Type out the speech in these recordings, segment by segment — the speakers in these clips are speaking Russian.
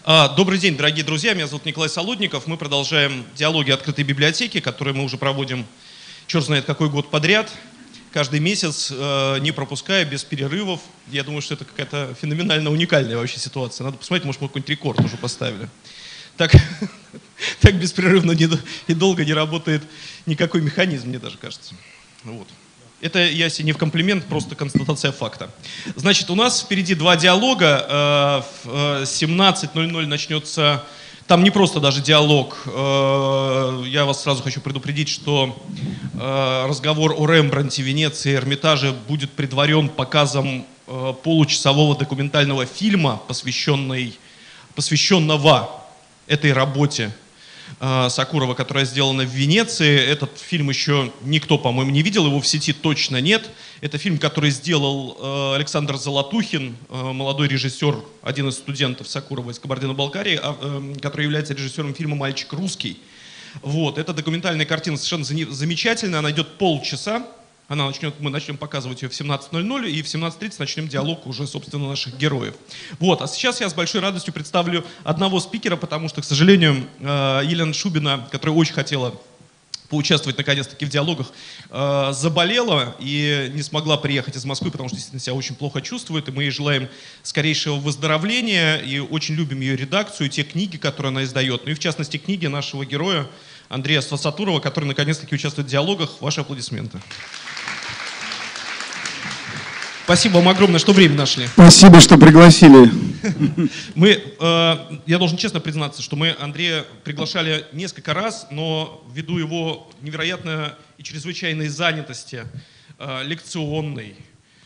Добрый день, дорогие друзья, меня зовут Николай Солодников. Мы продолжаем диалоги открытой библиотеки, которые мы уже проводим черт знает какой год подряд, каждый месяц, не пропуская, без перерывов. Я думаю, что это какая-то феноменально уникальная вообще ситуация. Надо посмотреть, может, мы какой-нибудь рекорд уже поставили. Так беспрерывно и долго не работает никакой механизм, мне даже кажется. Вот. Это я себе не в комплимент, просто констатация факта. Значит, у нас впереди два диалога. В 17:00 начнется, там не просто даже диалог. Я вас сразу хочу предупредить, что разговор о Рембрандте, Венеции, Эрмитаже будет предварен показом получасового документального фильма, посвященного этой работе Сокурова, которая сделана в Венеции. Этот фильм еще никто, по-моему, не видел, его в сети точно нет. Это фильм, который сделал Александр Золотухин, молодой режиссер, один из студентов Сокурова из Кабардино-Балкарии, который является режиссером фильма «Мальчик русский». Вот. Эта документальная картина совершенно замечательная, она идет полчаса. Мы начнем показывать ее в 17:00, и в 17:30 начнем диалог уже, собственно, наших героев. Вот. А сейчас я с большой радостью представлю одного спикера, потому что, к сожалению, Елена Шубина, которая очень хотела поучаствовать наконец-таки в диалогах, заболела и не смогла приехать из Москвы, потому что действительно себя очень плохо чувствует, и мы ей желаем скорейшего выздоровления, и очень любим ее редакцию, те книги, которые она издает, ну и в частности книги нашего героя Андрея Свасатурова, который наконец-таки участвует в диалогах. Ваши аплодисменты. Спасибо вам огромное, что время нашли. Спасибо, что пригласили. Я должен честно признаться, что мы Андрея приглашали несколько раз, но ввиду его невероятной и чрезвычайной занятости, лекционной,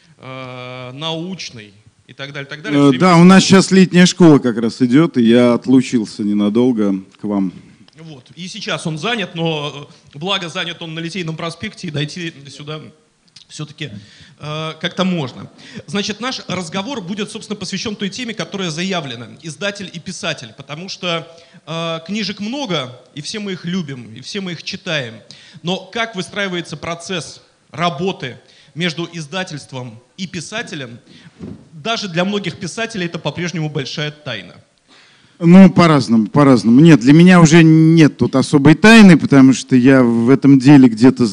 научной и так далее. Да, у нас сейчас летняя школа как раз идет, и я отлучился ненадолго к вам. Вот. И сейчас он занят, но благо занят он на Литейном проспекте, и дойти сюда все-таки как-то можно. Значит, наш разговор будет, собственно, посвящен той теме, которая заявлена: издатель и писатель, потому что книжек много, и все мы их любим, и все мы их читаем. Но как выстраивается процесс работы между издательством и писателем, даже для многих писателей это по-прежнему большая тайна. Ну, по-разному. Нет, для меня уже нет тут особой тайны, потому что я в этом деле где-то с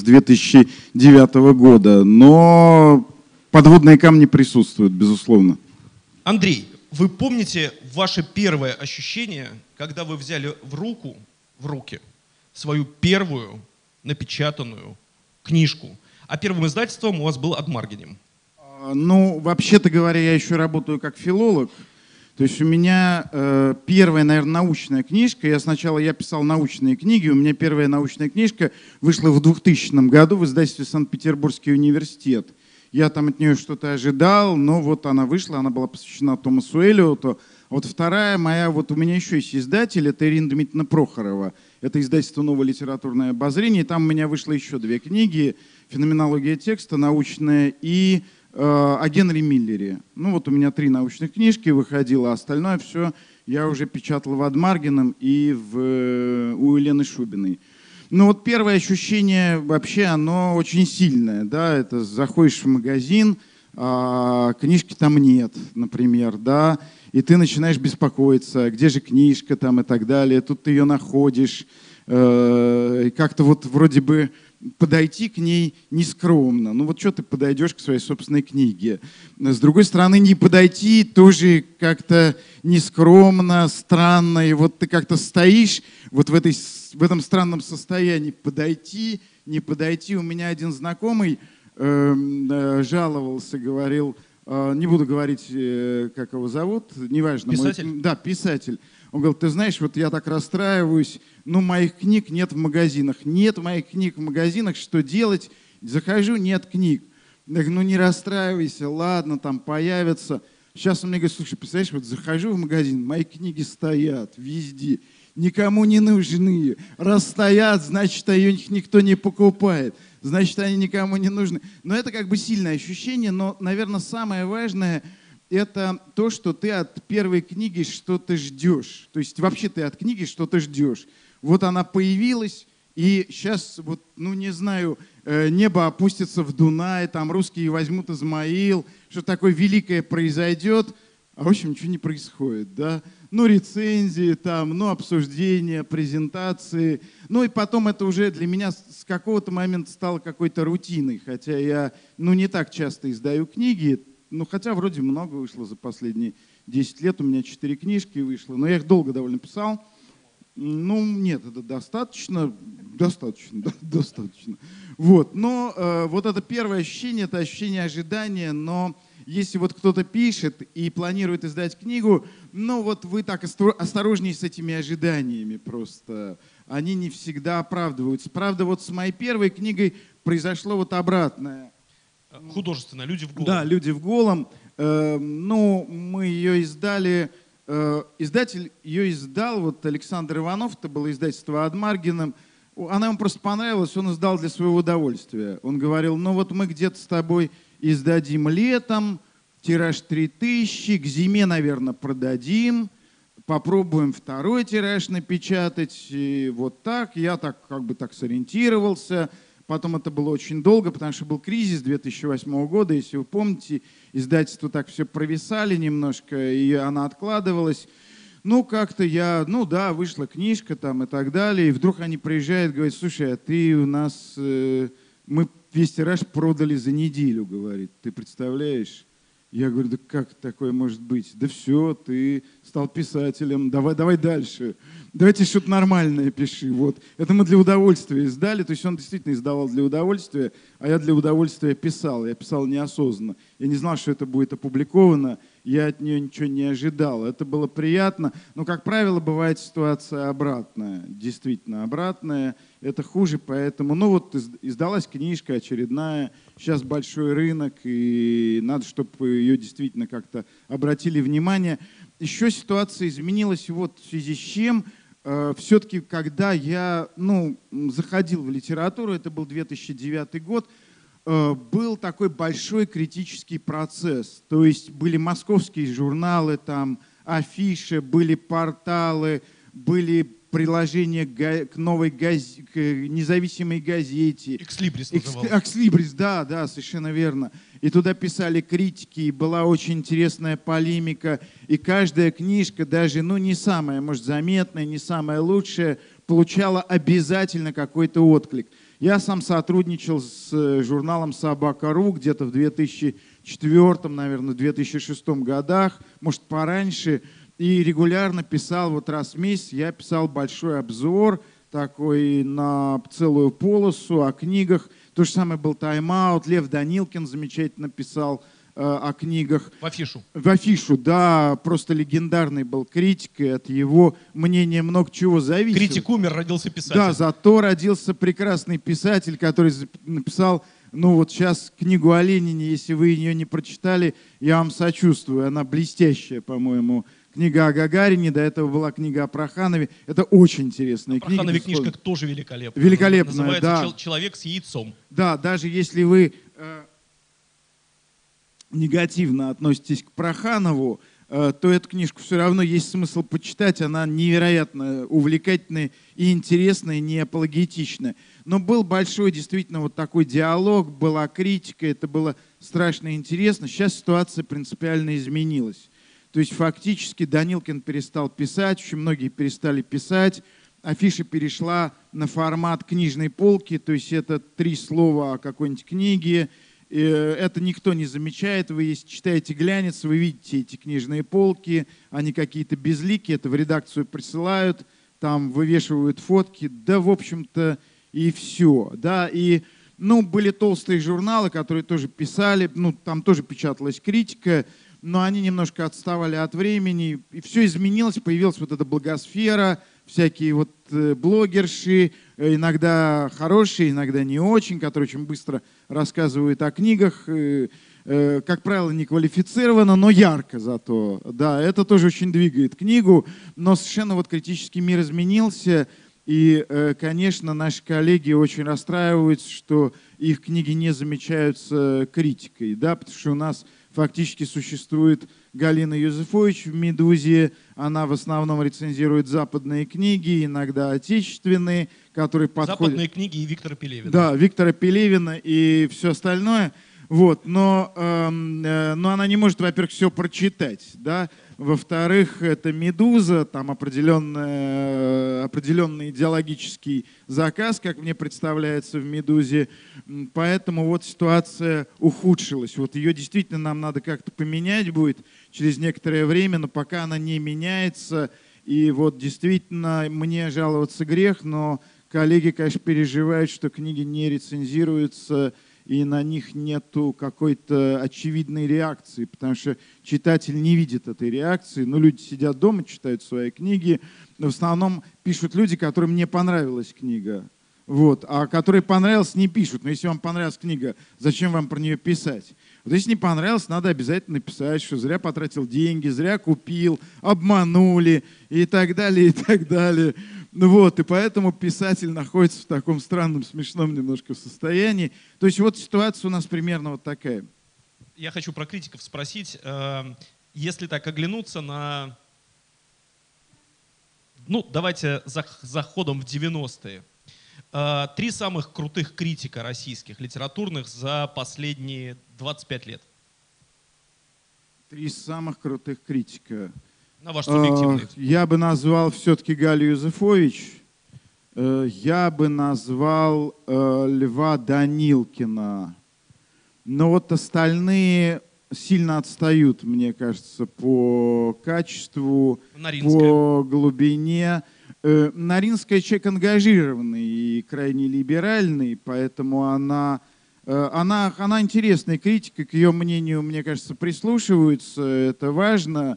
2009 года, но подводные камни присутствуют, безусловно. Андрей, вы помните ваше первое ощущение, когда вы взяли в руки свою первую напечатанную книжку? А первым издательством у вас был Адмаргинем. Ну, вообще-то говоря, я еще работаю как филолог. То есть у меня первая, наверное, научная книжка. Я писал научные книги. У меня первая научная книжка вышла в 2000 году в издательстве «Санкт-Петербургский университет». Я там от нее что-то ожидал, но вот она вышла, она была посвящена Томасу Эллиоту. А вот вторая моя, вот у меня еще есть издатель, это Ирина Дмитриевна Прохорова. Это издательство «Новое литературное обозрение». Там у меня вышло еще две книги: «Феноменология текста» научная и о Генри Миллере. Ну вот у меня 3 научных книжки выходило, а остальное все я уже печатал в Адмаргином и у Елены Шубиной. Ну вот первое ощущение вообще, оно очень сильное. Да? Это заходишь в магазин, а книжки там нет, например, да, и ты начинаешь беспокоиться, где же книжка там и так далее. Тут ты ее находишь, как-то вот вроде бы подойти к ней нескромно. Ну вот что ты подойдешь к своей собственной книге? С другой стороны, не подойти тоже как-то нескромно, странно. И вот ты как-то стоишь вот в этом странном состоянии. Подойти, не подойти. У меня один знакомый жаловался, говорил, не буду говорить, как его зовут, неважно. Писатель? Да, писатель. Он говорил: ты знаешь, вот я так расстраиваюсь, но моих книг нет в магазинах. Нет моих книг в магазинах, что делать? Захожу, нет книг. Я говорю: ну не расстраивайся, ладно, там появятся. Сейчас он мне говорит: слушай, представляешь, вот захожу в магазин, мои книги стоят везде, никому не нужны. Раз стоят, значит, их никто не покупает. Значит, они никому не нужны. Но это как бы сильное ощущение, но, наверное, самое важное — это то, что ты от первой книги что-то ждешь. То есть вообще ты от книги что-то ждешь. Вот она появилась, и сейчас, вот, ну не знаю, небо опустится в Дунай, там русские возьмут Измаил, что такое великое произойдет, а в общем ничего не происходит. Да? ну, рецензии, там, ну, обсуждения, презентации. Ну, и потом это уже для меня с какого-то момента стало какой-то рутиной, хотя я, ну, не так часто издаю книги, ну, хотя вроде много вышло за последние 10 лет, у меня 4 книжки вышло, но я их долго довольно писал. Ну, нет, это достаточно. Вот, но вот это первое ощущение, это ощущение ожидания, но если вот кто-то пишет и планирует издать книгу, ну вот вы так осторожнее с этими ожиданиями просто. Они не всегда оправдываются. Правда, вот с моей первой книгой произошло вот обратное. Художественно, «Люди в голом». Да, «Люди в голом». Ну, мы ее издали, издатель ее издал, вот Александр Иванов, это было издательство «Адмаргином». Она ему просто понравилась, он издал для своего удовольствия. Он говорил, ну вот мы где-то с тобой издадим летом, тираж 3000, к зиме, наверное, продадим, попробуем второй тираж напечатать. И вот так, я так как бы так сориентировался. Потом это было очень долго, потому что был кризис 2008 года, если вы помните, издательство так все провисали немножко, и она откладывалась. Ну, как-то я, ну да, вышла книжка там и так далее, и вдруг они приезжают, говорят, слушай, а ты у нас, мы весь тираж продали за неделю, говорит, ты представляешь? Я говорю, да как такое может быть? Да все, ты стал писателем, давай дальше. Давайте что-то нормальное пиши. Вот. Это мы для удовольствия издали, то есть он действительно издавал для удовольствия, а я для удовольствия писал. Я писал неосознанно. Я не знал, что это будет опубликовано, я от нее ничего не ожидал. Это было приятно, но, как правило, бывает ситуация обратная, действительно обратная. Это хуже, поэтому, ну вот издалась книжка очередная, сейчас большой рынок, и надо, чтобы ее действительно как-то обратили внимание. Еще ситуация изменилась, вот в связи с чем, все-таки, когда я заходил в литературу, это был 2009 год, был такой большой критический процесс. То есть были московские журналы, там, афиши, были порталы, были приложения к новой к независимой газете. «Экслибрис» называлось. «Экслибрис», да, совершенно верно. И туда писали критики, и была очень интересная полемика. И каждая книжка, даже не самая, может, заметная, не самая лучшая, получала обязательно какой-то отклик. Я сам сотрудничал с журналом «Собака.ру» где-то в 2004, наверное, 2006 годах, может, пораньше. И регулярно писал, вот раз в месяц я писал большой обзор такой на целую полосу о книгах. То же самое был «Тайм-аут». Лев Данилкин замечательно писал о книгах. В афишу. В афишу, да. Просто легендарный был критик, и от его мнения много чего зависело. Критик умер, родился писатель. Да, зато родился прекрасный писатель, который написал, вот сейчас книгу о Ленине, если вы ее не прочитали, я вам сочувствую. Она блестящая, по-моему. Книга о Гагарине, до этого была книга о Проханове. Это очень интересная книга. Проханове книжка тоже великолепная. Великолепная, называется да. «Человек с яйцом». Да, даже если вы негативно относитесь к Проханову, то эту книжку все равно есть смысл почитать. Она невероятно увлекательная и интересная, не апологетичная. Но был большой действительно вот такой диалог, была критика, это было страшно интересно. Сейчас ситуация принципиально изменилась. То есть фактически Данилкин перестал писать, очень многие перестали писать. Афиша перешла на формат книжной полки, то есть это 3 слова о какой-нибудь книге. Это никто не замечает. Вы, если читаете «Глянец», вы видите эти книжные полки, они какие-то безликие, это в редакцию присылают, там вывешивают фотки, да, в общем-то, и все. Да, и, были толстые журналы, которые тоже писали, там тоже печаталась критика, но они немножко отставали от времени, и все изменилось, появилась вот эта блогосфера, всякие вот блогерши, иногда хорошие, иногда не очень, которые очень быстро рассказывают о книгах, как правило, не квалифицированно, но ярко зато. Да, это тоже очень двигает книгу, но совершенно вот критический мир изменился, и, конечно, наши коллеги очень расстраиваются, что их книги не замечаются критикой, да, потому что у нас фактически существует Галина Юзефович в «Медузе». Она в основном рецензирует западные книги, иногда отечественные, которые подходят... Западные книги и Виктора Пелевина. Да, Виктора Пелевина и все остальное. Вот, но она не может, во-первых, все прочитать, да. Во-вторых, это «Медуза», там определенный идеологический заказ, как мне представляется в «Медузе». Поэтому вот ситуация ухудшилась. Вот ее действительно нам надо как-то поменять будет через некоторое время, но пока она не меняется. И вот действительно мне жаловаться грех, но коллеги, конечно, переживают, что книги не рецензируются, и на них нету какой-то очевидной реакции, потому что читатель не видит этой реакции. Ну, люди сидят дома, читают свои книги, но в основном пишут люди, которым не понравилась книга. Вот. А которые понравилась, не пишут. Но если вам понравилась книга, зачем вам про нее писать? Вот если не понравилось, надо обязательно написать, что зря потратил деньги, зря купил, обманули и так далее, и так далее. Ну вот, и поэтому писатель находится в таком странном, смешном немножко состоянии. То есть вот ситуация у нас примерно вот такая. Я хочу про критиков спросить. Если так оглянуться на... Ну, давайте заходом в 90-е. 3 самых крутых критика российских, литературных, за последние 25 лет. 3 самых крутых критика. На ваш субъективный. Я бы назвал все-таки Галю Юзефович. Я бы назвал Льва Данилкина. Но вот остальные сильно отстают, мне кажется, по качеству, по глубине. Наринская человек ангажированный и крайне либеральный, поэтому она интересная критика, к ее мнению, мне кажется, прислушиваются, это важно.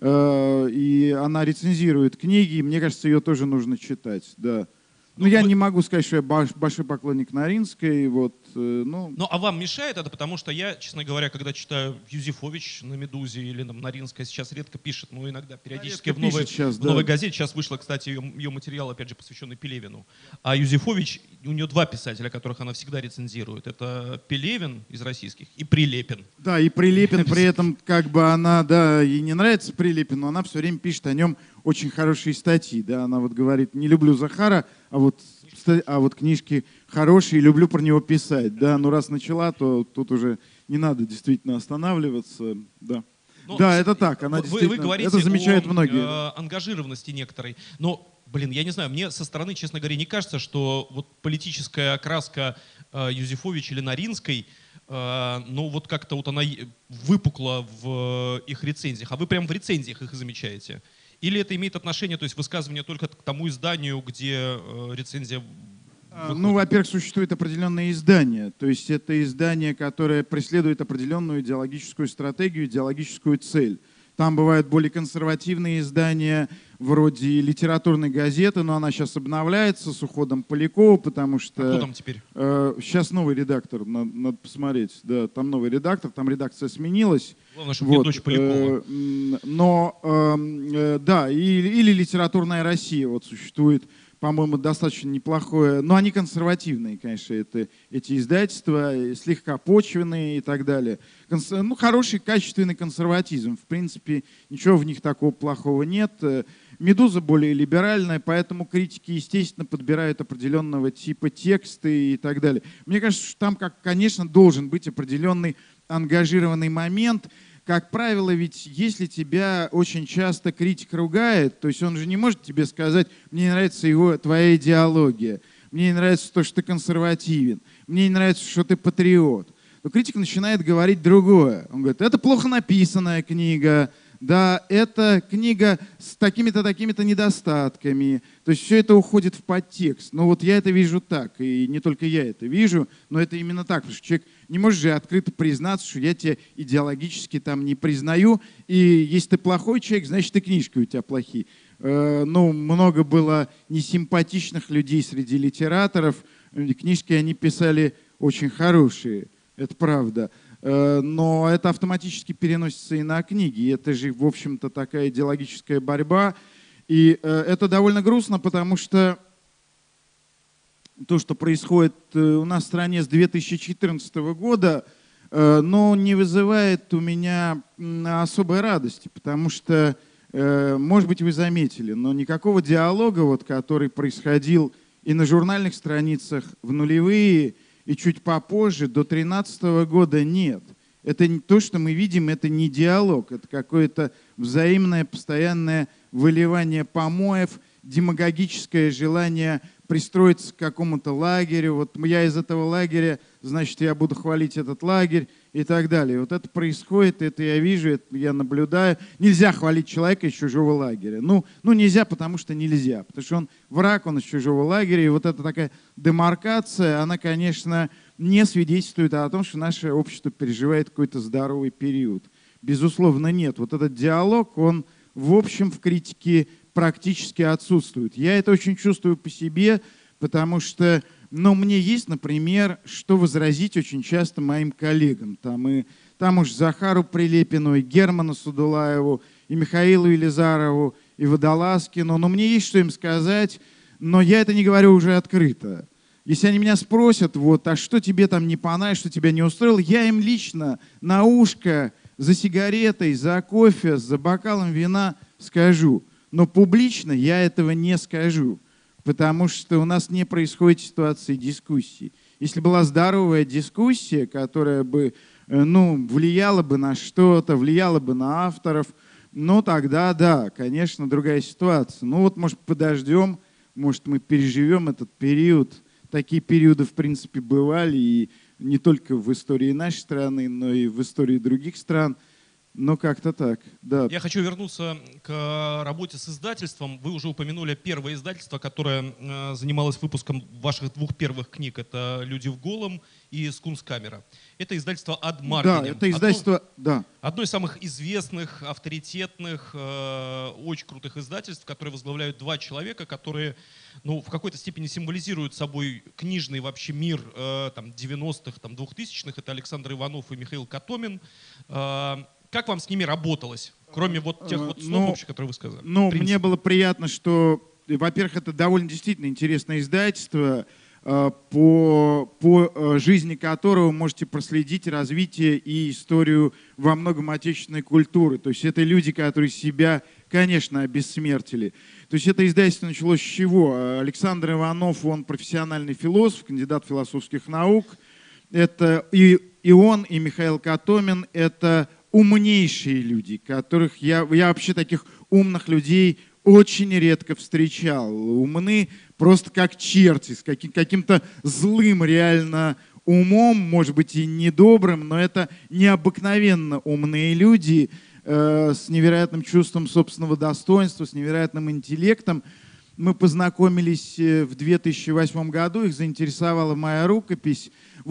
И она рецензирует книги, и мне кажется, ее тоже нужно читать, да. Ну, я не могу сказать, что я большой поклонник Наринской, вот, ну... Ну, а вам мешает это? Потому что я, честно говоря, когда читаю Юзефович на «Медузе» или там, Наринская сейчас редко пишет, но иногда периодически в новой газете. Сейчас вышла, кстати, ее материал, опять же, посвященный Пелевину. А Юзефович, у нее 2 писателя, которых она всегда рецензирует. Это Пелевин из российских и Прилепин. Да, и Прилепин при этом, как бы она, да, ей не нравится Прилепин, но она все время пишет о нем очень хорошие статьи, да, она вот говорит, не люблю Захара, а вот книжки хорошие, люблю про него писать, да, ну раз начала, то тут уже не надо действительно останавливаться, да. Но да, это так, она действительно, вы говорите это замечают многие. Ангажированности некоторой, но, блин, я не знаю, мне со стороны, честно говоря, не кажется, что вот политическая окраска Юзефович или Наринской, ну вот как-то вот она выпукла в их рецензиях, а вы прям в рецензиях их замечаете? Или это имеет отношение, то есть высказывание только к тому изданию, где рецензия выходит? Ну, во-первых, существует определенное издание. То есть это издание, которое преследует определенную идеологическую стратегию, идеологическую цель. Там бывают более консервативные издания, вроде литературной газеты, но она сейчас обновляется с уходом Полякова, потому что... А кто там теперь? Сейчас новый редактор, надо посмотреть. Да, там новый редактор, там редакция сменилась. Главное, чтобы не дочь Полякова. Да, или «Литературная Россия» вот существует, по-моему, достаточно неплохое. Но они консервативные, конечно, эти издательства, слегка почвенные и так далее. Ну, хороший, качественный консерватизм. В принципе, ничего в них такого плохого нет. «Медуза» более либеральная, поэтому критики, естественно, подбирают определенного типа тексты и так далее. Мне кажется, что там, конечно, должен быть определенный ангажированный момент. Как правило, ведь если тебя очень часто критик ругает, то есть он же не может тебе сказать, мне не нравится твоя идеология, мне не нравится то, что ты консервативен, мне не нравится, что ты патриот. Но критик начинает говорить другое. Он говорит, это плохо написанная книга, да, это книга с такими-то, такими-то недостатками. То есть все это уходит в подтекст. Но вот я это вижу так, и не только я это вижу, но это именно так, потому что человек не может же открыто признаться, что я тебя идеологически там не признаю, и если ты плохой человек, значит и книжки у тебя плохие. Ну, много было несимпатичных людей среди литераторов, книжки они писали очень хорошие, это правда. Но это автоматически переносится и на книги. Это же, в общем-то, такая идеологическая борьба. И это довольно грустно, потому что то, что происходит у нас в стране с 2014 года, но не вызывает у меня особой радости, потому что, может быть, вы заметили, но никакого диалога, вот, который происходил и на журнальных страницах в нулевые, и чуть попозже, до 13 года нет. Это то, что мы видим, это не диалог, это какое-то взаимное, постоянное выливание помоев, демагогическое желание пристроиться к какому-то лагерю. Вот я из этого лагеря, значит, я буду хвалить этот лагерь и так далее. Вот это происходит, это я вижу, это я наблюдаю. Нельзя хвалить человека из чужого лагеря. Ну нельзя, потому что нельзя. Потому что он враг, он из чужого лагеря. И вот эта такая демаркация, она, конечно, не свидетельствует о том, что наше общество переживает какой-то здоровый период. Безусловно, нет. Вот этот диалог, он в общем в критике практически отсутствует. Я это очень чувствую по себе, потому что, мне есть, например, что возразить очень часто моим коллегам. Там уж Захару Прилепину, и Герману Садулаеву, и Михаилу Елизарову, и Водолазкину. Но мне есть что им сказать, но я это не говорю уже открыто. Если они меня спросят, а что тебе там не понравилось, что тебя не устроило, я им лично на ушко за сигаретой, за кофе, за бокалом вина скажу. Но публично я этого не скажу, потому что у нас не происходит ситуации дискуссии. Если была здоровая дискуссия, которая бы влияла бы на что-то, влияла бы на авторов, тогда да, конечно, другая ситуация. Может, подождем, может, мы переживем этот период. Такие периоды, в принципе, бывали и не только в истории нашей страны, но и в истории других стран. Как-то так, да. Я хочу вернуться к работе с издательством. Вы уже упомянули первое издательство, которое занималось выпуском ваших двух первых книг. Это «Люди в голом» и «Скунскамера». Это издательство «Ad Marketing». Да, это издательство, одно из самых известных, авторитетных, очень крутых издательств, которые возглавляют два человека, которые в какой-то степени символизируют собой книжный вообще мир 90-х, 2000-х. Это Александр Иванов и Михаил Котомин. Как вам с ними работалось, кроме тех слов общих, которые вы сказали? Мне было приятно, что, во-первых, это довольно действительно интересное издательство, по жизни которого вы можете проследить развитие и историю во многом отечественной культуры. То есть это люди, которые себя, конечно, обессмертили. То есть это издательство началось с чего? Александр Иванов, он профессиональный философ, кандидат философских наук. Это и он, и Михаил Котомин, это умнейшие люди, которых я вообще таких умных людей очень редко встречал. Умны просто как черти, с каким-то злым реально умом, может быть и недобрым, но это необыкновенно умные люди с невероятным чувством собственного достоинства, с невероятным интеллектом. Мы познакомились в 2008 году, их заинтересовала моя рукопись.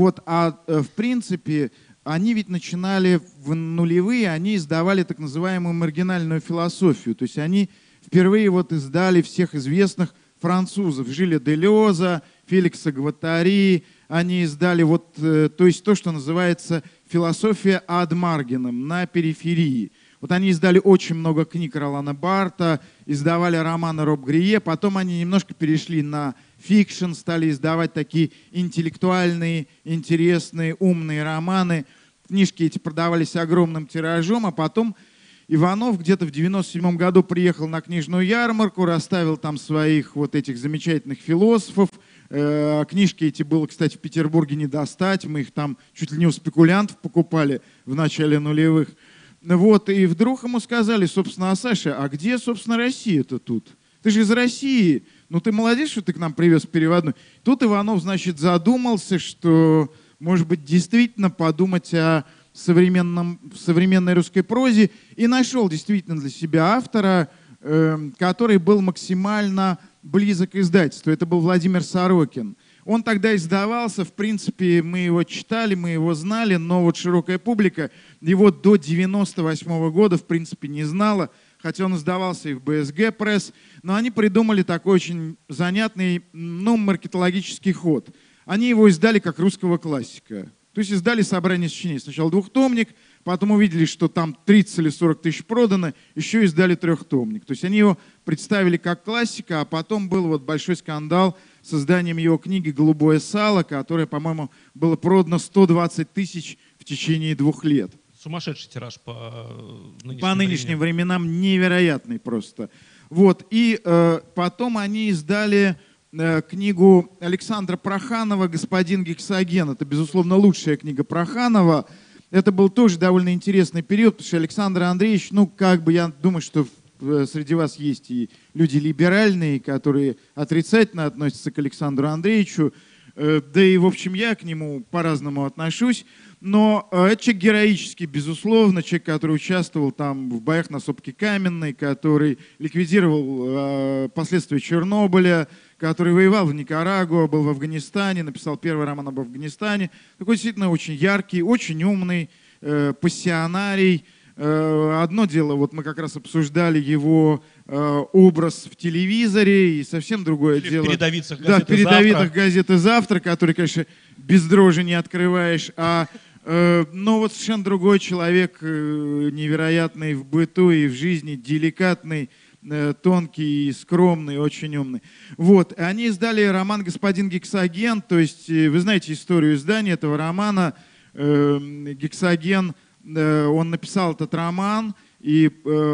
В принципе, они ведь начинали в нулевые, они издавали так называемую маргинальную философию. То есть они впервые издали всех известных французов. Жиля Делеза, Феликса Гваттари. Они издали то есть то, что называется философия ad marginem, на периферии. Они издали очень много книг Ролана Барта, издавали романы Роб Грие, потом они немножко перешли на фикшн, стали издавать такие интеллектуальные, интересные, умные романы. Книжки эти продавались огромным тиражом, а потом Иванов где-то в 1997 году приехал на книжную ярмарку, расставил там своих этих замечательных философов. Книжки эти было, кстати, в Петербурге не достать, мы их там чуть ли не у спекулянтов покупали в начале нулевых. И вдруг ему сказали, собственно, Саша, а где, собственно, Россия-то тут? Ты же из России, ты молодец, что ты к нам привез переводной. Тут Иванов, значит, задумался, что, может быть, действительно подумать о современной русской прозе, и нашел действительно для себя автора, который был максимально близок к издательству. Это был Владимир Сорокин. Он тогда издавался, в принципе, мы его читали, мы его знали, но широкая публика его до 1998 года, в принципе, не знала, хотя он издавался и в БСГ пресс, но они придумали такой очень занятный, маркетологический ход. Они его издали как русского классика. То есть издали собрание сочинений. Сначала двухтомник, потом увидели, что там 30 или 40 тысяч продано, еще издали трехтомник. То есть они его представили как классика, а потом был большой скандал с изданием его книги «Голубое сало», которое, по-моему, было продано 120 тысяч в течение 2 лет. Сумасшедший тираж по нынешним временам, невероятный просто. И потом они издали книгу Александра Проханова «Господин Гексоген». Это, безусловно, лучшая книга Проханова. Это был тоже довольно интересный период, потому что Александр Андреевич, ну, как бы, я думаю, что среди вас есть и люди либеральные, которые отрицательно относятся к Александру Андреевичу. Да и, в общем, я к нему по-разному отношусь. Но это человек героический, безусловно, человек, который участвовал там в боях на сопке Каменной, который ликвидировал последствия Чернобыля, который воевал в Никарагуа, был в Афганистане, написал первый роман об Афганистане. Такой действительно очень яркий, очень умный, пассионарий. Одно дело, вот мы как раз обсуждали его образ в телевизоре, и совсем другое дело... В передовицах газеты «Завтра». Да, в передовицах газеты «Завтра», которые, конечно, без дрожи не открываешь, но вот совершенно другой человек, невероятный в быту и в жизни, деликатный, тонкий, скромный, очень умный. Вот, они издали роман «Господин Гексоген», то есть вы знаете историю издания этого романа. Гексоген, он написал этот роман и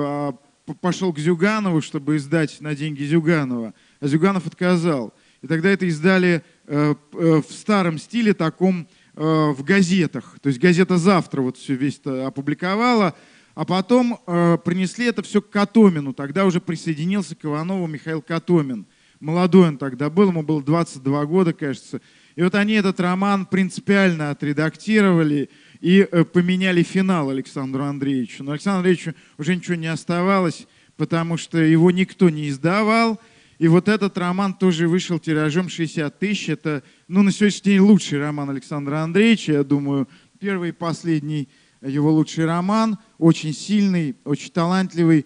пошел к Зюганову, чтобы издать на деньги Зюганова, а Зюганов отказал. И тогда это издали в старом стиле таком, в газетах. То есть газета «Завтра» вот все весь это опубликовала, а потом принесли это все к Катомину. Тогда уже присоединился к Иванову Михаил Катомин. Молодой он тогда был, ему было 22 года, кажется. И вот они этот роман принципиально отредактировали и поменяли финал Александру Андреевичу. Но Александру Андреевичу уже ничего не оставалось, потому что его никто не издавал. И вот этот роман тоже вышел тиражом 60 тысяч. Это, ну, на сегодняшний день лучший роман Александра Андреевича, я думаю, первый и последний его лучший роман. Очень сильный, очень талантливый,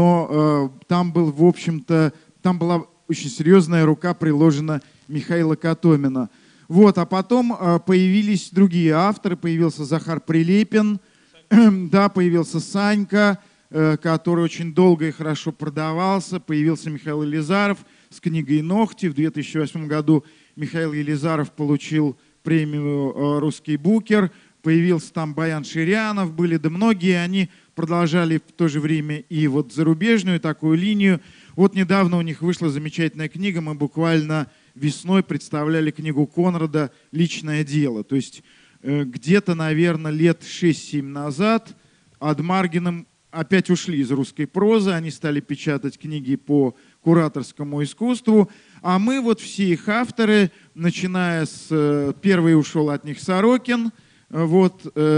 но там был, в общем-то, там была очень серьезная рука приложена Михаила Катомина. Вот, а потом появились другие авторы, появился Захар Прилепин, да, появился Санька, который очень долго и хорошо продавался, появился Михаил Елизаров с книгой «Ногти». В 2008 году Михаил Елизаров получил премию «Русский букер», появился там Баян Ширянов, были, да многие, они продолжали в то же время и вот зарубежную такую линию. Вот недавно у них вышла замечательная книга, мы буквально весной представляли книгу Конрада «Личное дело». То есть где-то, наверное, лет 6-7 назад Адмаргиным опять ушли из русской прозы, они стали печатать книги по кураторскому искусству, а мы вот все их авторы, начиная с... Первый ушел от них Сорокин, вот,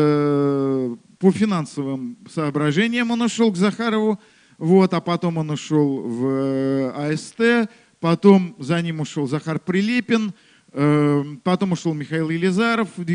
по финансовым соображениям он ушел к Захарову, вот, а потом он ушел в АСТ, потом за ним ушел Захар Прилепин, потом ушел Михаил Елизаров в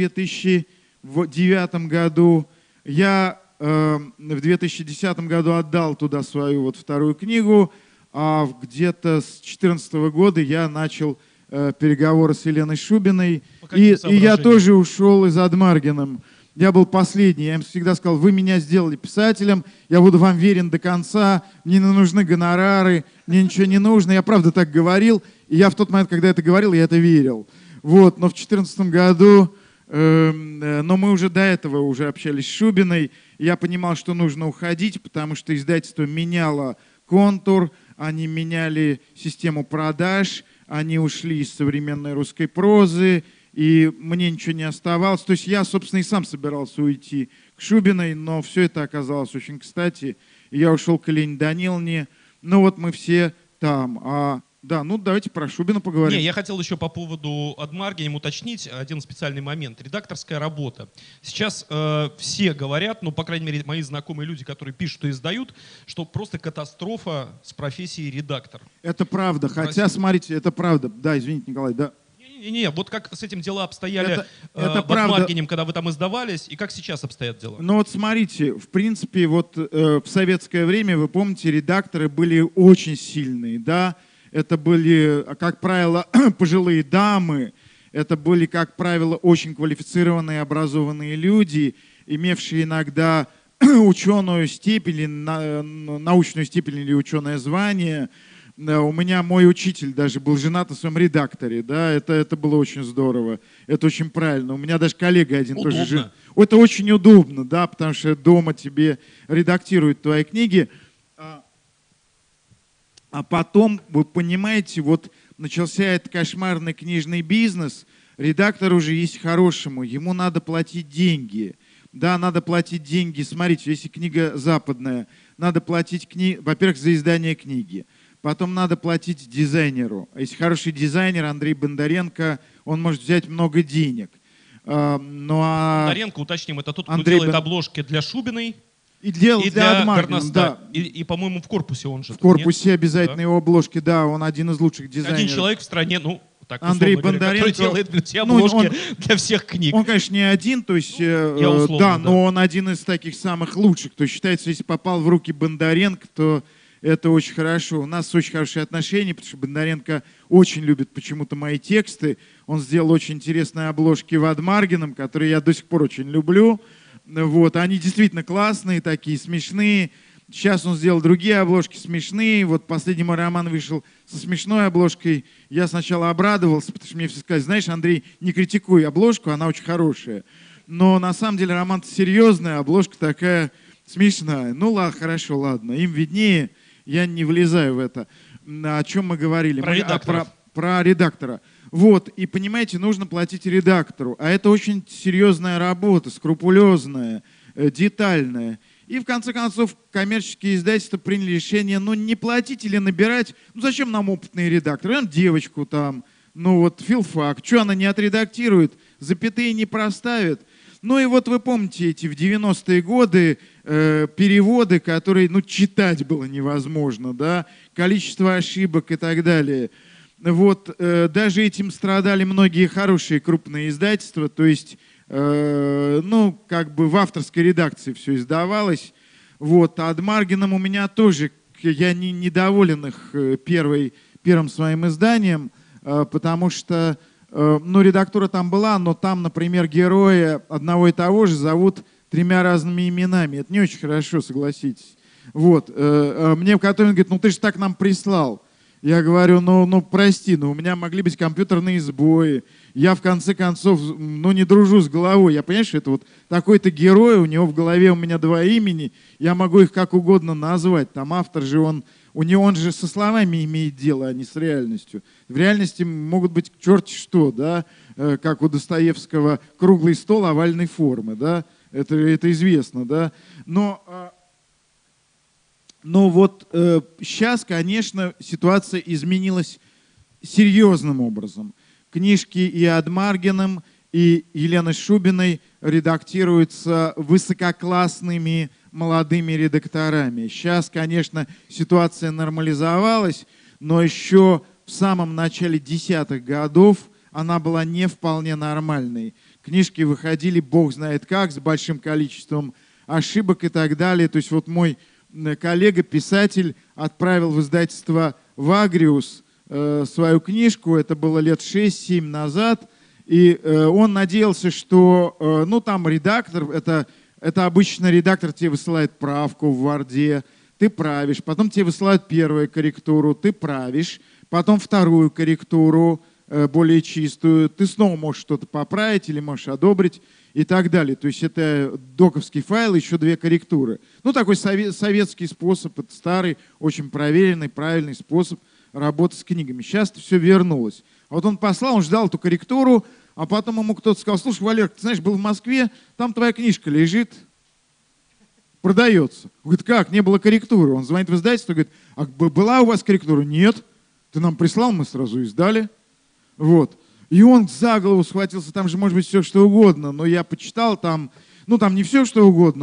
2009 году. Я в 2010 году отдал туда свою вот вторую книгу, а где-то с 2014 года я начал переговоры с Еленой Шубиной, и я тоже ушел из Адмаргиным. Я был последний, я им всегда сказал: вы меня сделали писателем, я буду вам верен до конца, мне не нужны гонорары, мне ничего не нужно. Я правда так говорил, и я в тот момент, когда это говорил, я это верил. Вот, но в 2014 году, но мы уже до этого уже общались с Шубиной, и я понимал, что нужно уходить, потому что издательство меняло контур, они меняли систему продаж, они ушли из современной русской прозы, и мне ничего не оставалось. То есть я, собственно, и сам собирался уйти к Шубиной, но все это оказалось очень кстати. И я ушел к Елене Даниловне. Ну вот мы все там. Да, ну давайте про Шубина поговорим. Не, я хотел еще по поводу Адмаргинем уточнить один специальный момент. Редакторская работа. Сейчас все говорят, ну, по крайней мере, мои знакомые люди, которые пишут и издают, что просто катастрофа с профессией редактор. Это правда. Хотя, смотрите, это правда. Да, извините, Николай, да. Не, вот как с этим дела обстояли это в Адмаргине, когда вы там издавались, и как сейчас обстоят дела? Ну вот смотрите, в принципе, вот в советское время, вы помните, редакторы были очень сильные, да, это были, как правило, пожилые дамы, это были, как правило, очень квалифицированные, образованные люди, имевшие иногда ученую степень, научную степень или ученое звание. У меня мой учитель даже был женат на своем редакторе, да, это было очень здорово, это очень правильно. У меня даже коллега один удобно. Тоже жил. Это очень удобно, да, потому что дома тебе редактируют твои книги. А потом, вы понимаете, вот начался этот кошмарный книжный бизнес, редактору же есть хорошему, ему надо платить деньги. Да, надо платить деньги. Смотрите, если книга западная, надо платить, во-первых, за издание книги. Потом надо платить дизайнеру. Если хороший дизайнер, Андрей Бондаренко, он может взять много денег. Бондаренко, уточним, это тот, кто делает обложки для Шубиной и для Горностая. Да. И, по-моему, в корпусе он же. В корпусе нет? Обязательно его обложки, да, он один из лучших дизайнеров. Один человек в стране, ну, так, Андрей Бондаренко, который делает все обложки для всех книг. Он, конечно, не один, то есть, да, но он один из таких самых лучших. То есть считается, если попал в руки Бондаренко, то это очень хорошо. У нас очень хорошие отношения, потому что Бондаренко очень любит почему-то мои тексты. Он сделал очень интересные обложки в Адмаргином, которые я до сих пор очень люблю. Вот, они действительно классные, такие смешные. Сейчас он сделал другие обложки смешные. Вот последний мой роман вышел со смешной обложкой. Я сначала обрадовался, потому что мне все сказали, знаешь, Андрей, не критикуй обложку, она очень хорошая. Но на самом деле роман серьезный, обложка такая смешная. Ну ладно, хорошо, ладно, им виднее, я не влезаю в это. О чем мы говорили? Про редактора. Вот, и понимаете, нужно платить редактору. А это очень серьезная работа, скрупулезная, детальная. И в конце концов коммерческие издательства приняли решение, ну не платить или набирать, ну зачем нам опытный редактор? Он девочку там, ну вот филфак, что она не отредактирует, запятые не проставит. Ну и вот вы помните эти в 90-е годы переводы, которые, ну читать было невозможно, да, количество ошибок и так далее. Вот даже этим страдали многие хорошие крупные издательства, то есть ну, как бы в авторской редакции все издавалось. Вот. А Адмаргином у меня тоже, я недоволен их первым своим изданием, потому что, ну, редактура там была, но там, например, героя одного и того же зовут 3 разными именами. Это не очень хорошо, согласитесь. Вот. Мне Котовин говорит, ну ты же так нам прислал. Я говорю, ну прости, но у меня могли быть компьютерные сбои. Я в конце концов, ну не дружу с головой. Я понимаю, что это вот такой-то герой, у него в голове у меня 2 имени, я могу их как угодно назвать. Там автор же, он же со словами имеет дело, а не с реальностью. В реальности могут быть черти что, да, как у Достоевского круглый стол овальной формы, да, это известно, да. Но вот сейчас, конечно, ситуация изменилась серьезным образом. Книжки и Адмаргиным, и Еленой Шубиной редактируются высококлассными молодыми редакторами. Сейчас, конечно, ситуация нормализовалась, но еще в самом начале 10-х годов она была не вполне нормальной. Книжки выходили бог знает как, с большим количеством ошибок и так далее. То есть вот мой коллега, писатель, отправил в издательство «Вагриус» свою книжку, это было лет 6-7 назад, и он надеялся, что, ну, там редактор, это обычно редактор тебе высылает правку в Word, ты правишь, потом тебе высылают первую корректуру, ты правишь, потом вторую корректуру, более чистую, ты снова можешь что-то поправить или можешь одобрить и так далее. То есть это доковский файл, еще 2 корректуры. Ну, такой советский способ, это старый, очень проверенный, правильный способ работы с книгами. Сейчас все вернулось. А вот он послал, он ждал эту корректуру, а потом ему кто-то сказал, слушай, Валер, ты знаешь, был в Москве, там твоя книжка лежит, продается. Он говорит, как, не было корректуры? Он звонит в издательство, говорит, а была у вас корректура? Нет. Ты нам прислал, мы сразу издали. Вот. И он за голову схватился, там же может быть все что угодно, но я почитал там, ну там не все что угодно,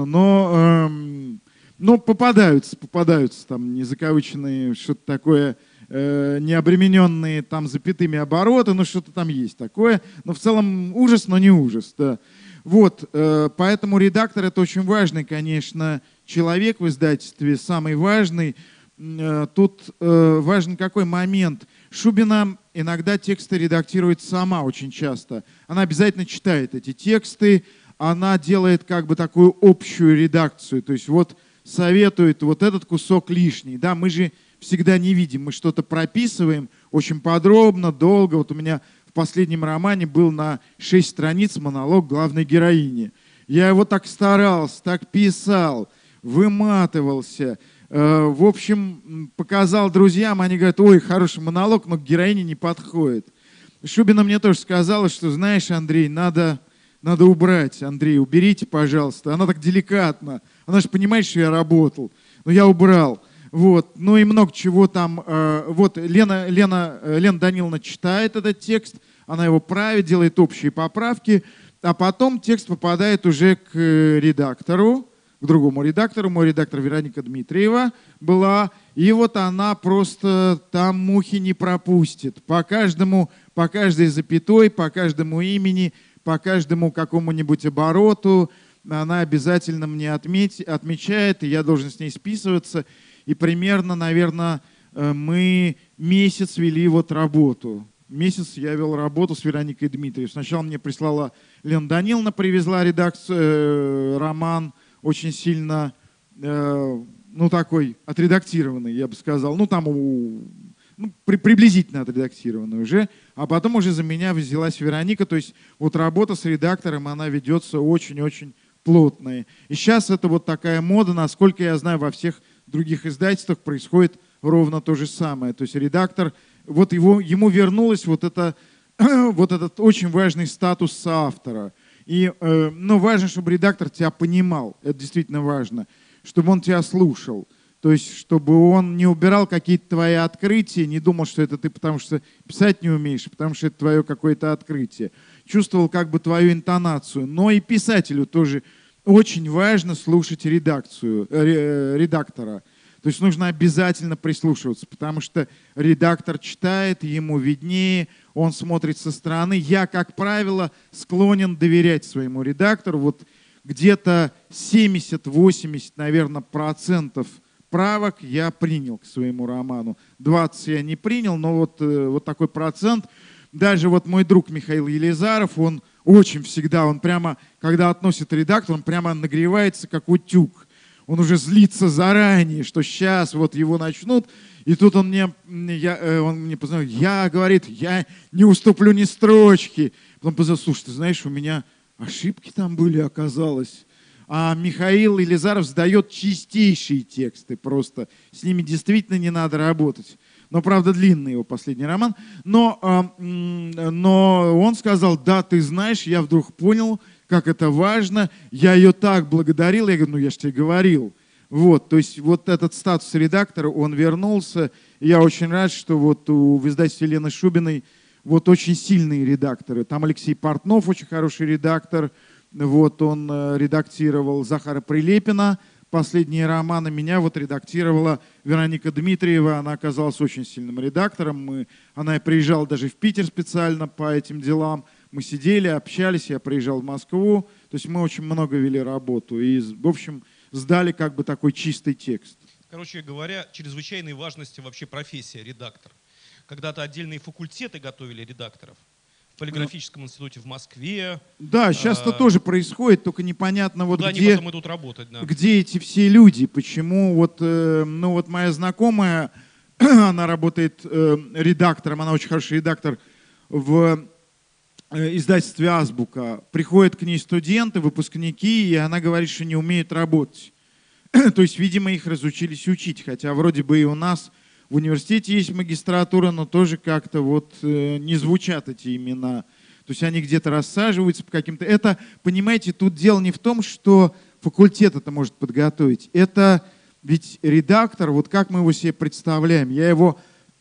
но попадаются там незакавыченные, что-то такое, необремененные там запятыми обороты, ну что-то там есть такое, но в целом ужас, но не ужас, да. Вот, поэтому редактор это очень важный, конечно, человек в издательстве, самый важный. Тут важен какой момент. Шубина иногда тексты редактирует сама очень часто. Она обязательно читает эти тексты, она делает как бы такую общую редакцию. То есть вот советует вот этот кусок лишний. Да, мы же всегда не видим, мы что-то прописываем очень подробно, долго. Вот у меня в последнем романе был на 6 страниц монолог главной героини. Я его так старался, так писал, выматывался, В общем, показал друзьям, они говорят, ой, хороший монолог, но к героине не подходит. Шубина мне тоже сказала, что, знаешь, Андрей, надо убрать. Андрей, уберите, пожалуйста. Она так деликатно. Она же понимает, что я работал. Но я убрал. Вот. Ну и много чего там. Вот Лена Даниловна читает этот текст, она его правит, делает общие поправки, а потом текст попадает уже к редактору, к другому редактору. Мой редактор Вероника Дмитриева была. И вот она просто там мухи не пропустит. По каждой запятой, по каждому имени, по каждому какому-нибудь обороту она обязательно мне отмечает, и я должен с ней списываться. И примерно, наверное, мы месяц вели вот работу. Месяц я вел работу с Вероникой Дмитриевой. Сначала мне прислала Лена Даниловна, привезла редакцию, роман очень сильно, ну такой отредактированный, я бы сказал. Ну там приблизительно отредактированный уже. А потом уже за меня взялась Вероника. То есть вот работа с редактором, она ведется очень-очень плотная. И сейчас это вот такая мода, насколько я знаю, во всех других издательствах происходит ровно то же самое. То есть редактор, вот ему вернулось вот этот очень важный статус соавтора. И важно, чтобы редактор тебя понимал, это действительно важно, чтобы он тебя слушал. То есть, чтобы он не убирал какие-то твои открытия, не думал, что это ты потому что писать не умеешь, потому что это твое какое-то открытие. Чувствовал как бы твою интонацию. Но и писателю тоже очень важно слушать редактора. То есть нужно обязательно прислушиваться, потому что редактор читает, ему виднее, он смотрит со стороны. Я, как правило, склонен доверять своему редактору. Вот где-то 70-80, наверное, процентов правок я принял к своему роману. 20 я не принял, но вот такой процент. Даже вот мой друг Михаил Елизаров, он очень всегда, он прямо, когда относит редактор, он прямо нагревается, как утюг. Он уже злится заранее, что сейчас вот его начнут. И тут он мне позвонил, говорит, я не уступлю ни строчки. Потом позвонил, слушай, ты знаешь, у меня ошибки там были, оказалось. А Михаил Елизаров сдает чистейшие тексты просто. С ними действительно не надо работать. Но, правда, длинный его последний роман. Но он сказал, да, ты знаешь, я вдруг понял, как это важно. Я ее так благодарил. Я говорю, я же тебе говорил. Вот, то есть вот этот статус редактора, он вернулся. И я очень рад, что вот в издательстве Лены Шубиной вот очень сильные редакторы. Там Алексей Портнов, очень хороший редактор. Вот он редактировал Захара Прилепина. Последние романы меня вот редактировала Вероника Дмитриева. Она оказалась очень сильным редактором. Она приезжала даже в Питер специально по этим делам. Мы сидели, общались, я приезжал в Москву. То есть мы очень много вели работу. И, в общем, сдали как бы такой чистый текст. Короче говоря, чрезвычайной важности вообще профессия редактор. Когда-то отдельные факультеты готовили редакторов. В полиграфическом институте в Москве. Да, сейчас это тоже происходит, только непонятно, вот где, они потом идут работать, да. Где эти все люди, почему вот моя знакомая, она работает редактором, она очень хороший редактор в издательстве «Азбука». Приходят к ней студенты, выпускники, и она говорит, что не умеют работать. То есть, видимо, их разучились учить, хотя вроде бы и у нас в университете есть магистратура, но тоже как-то вот не звучат эти имена. То есть они где-то рассаживаются по каким-то... Это, понимаете, тут дело не в том, что факультет это может подготовить. Это ведь редактор, вот как мы его себе представляем. Я его,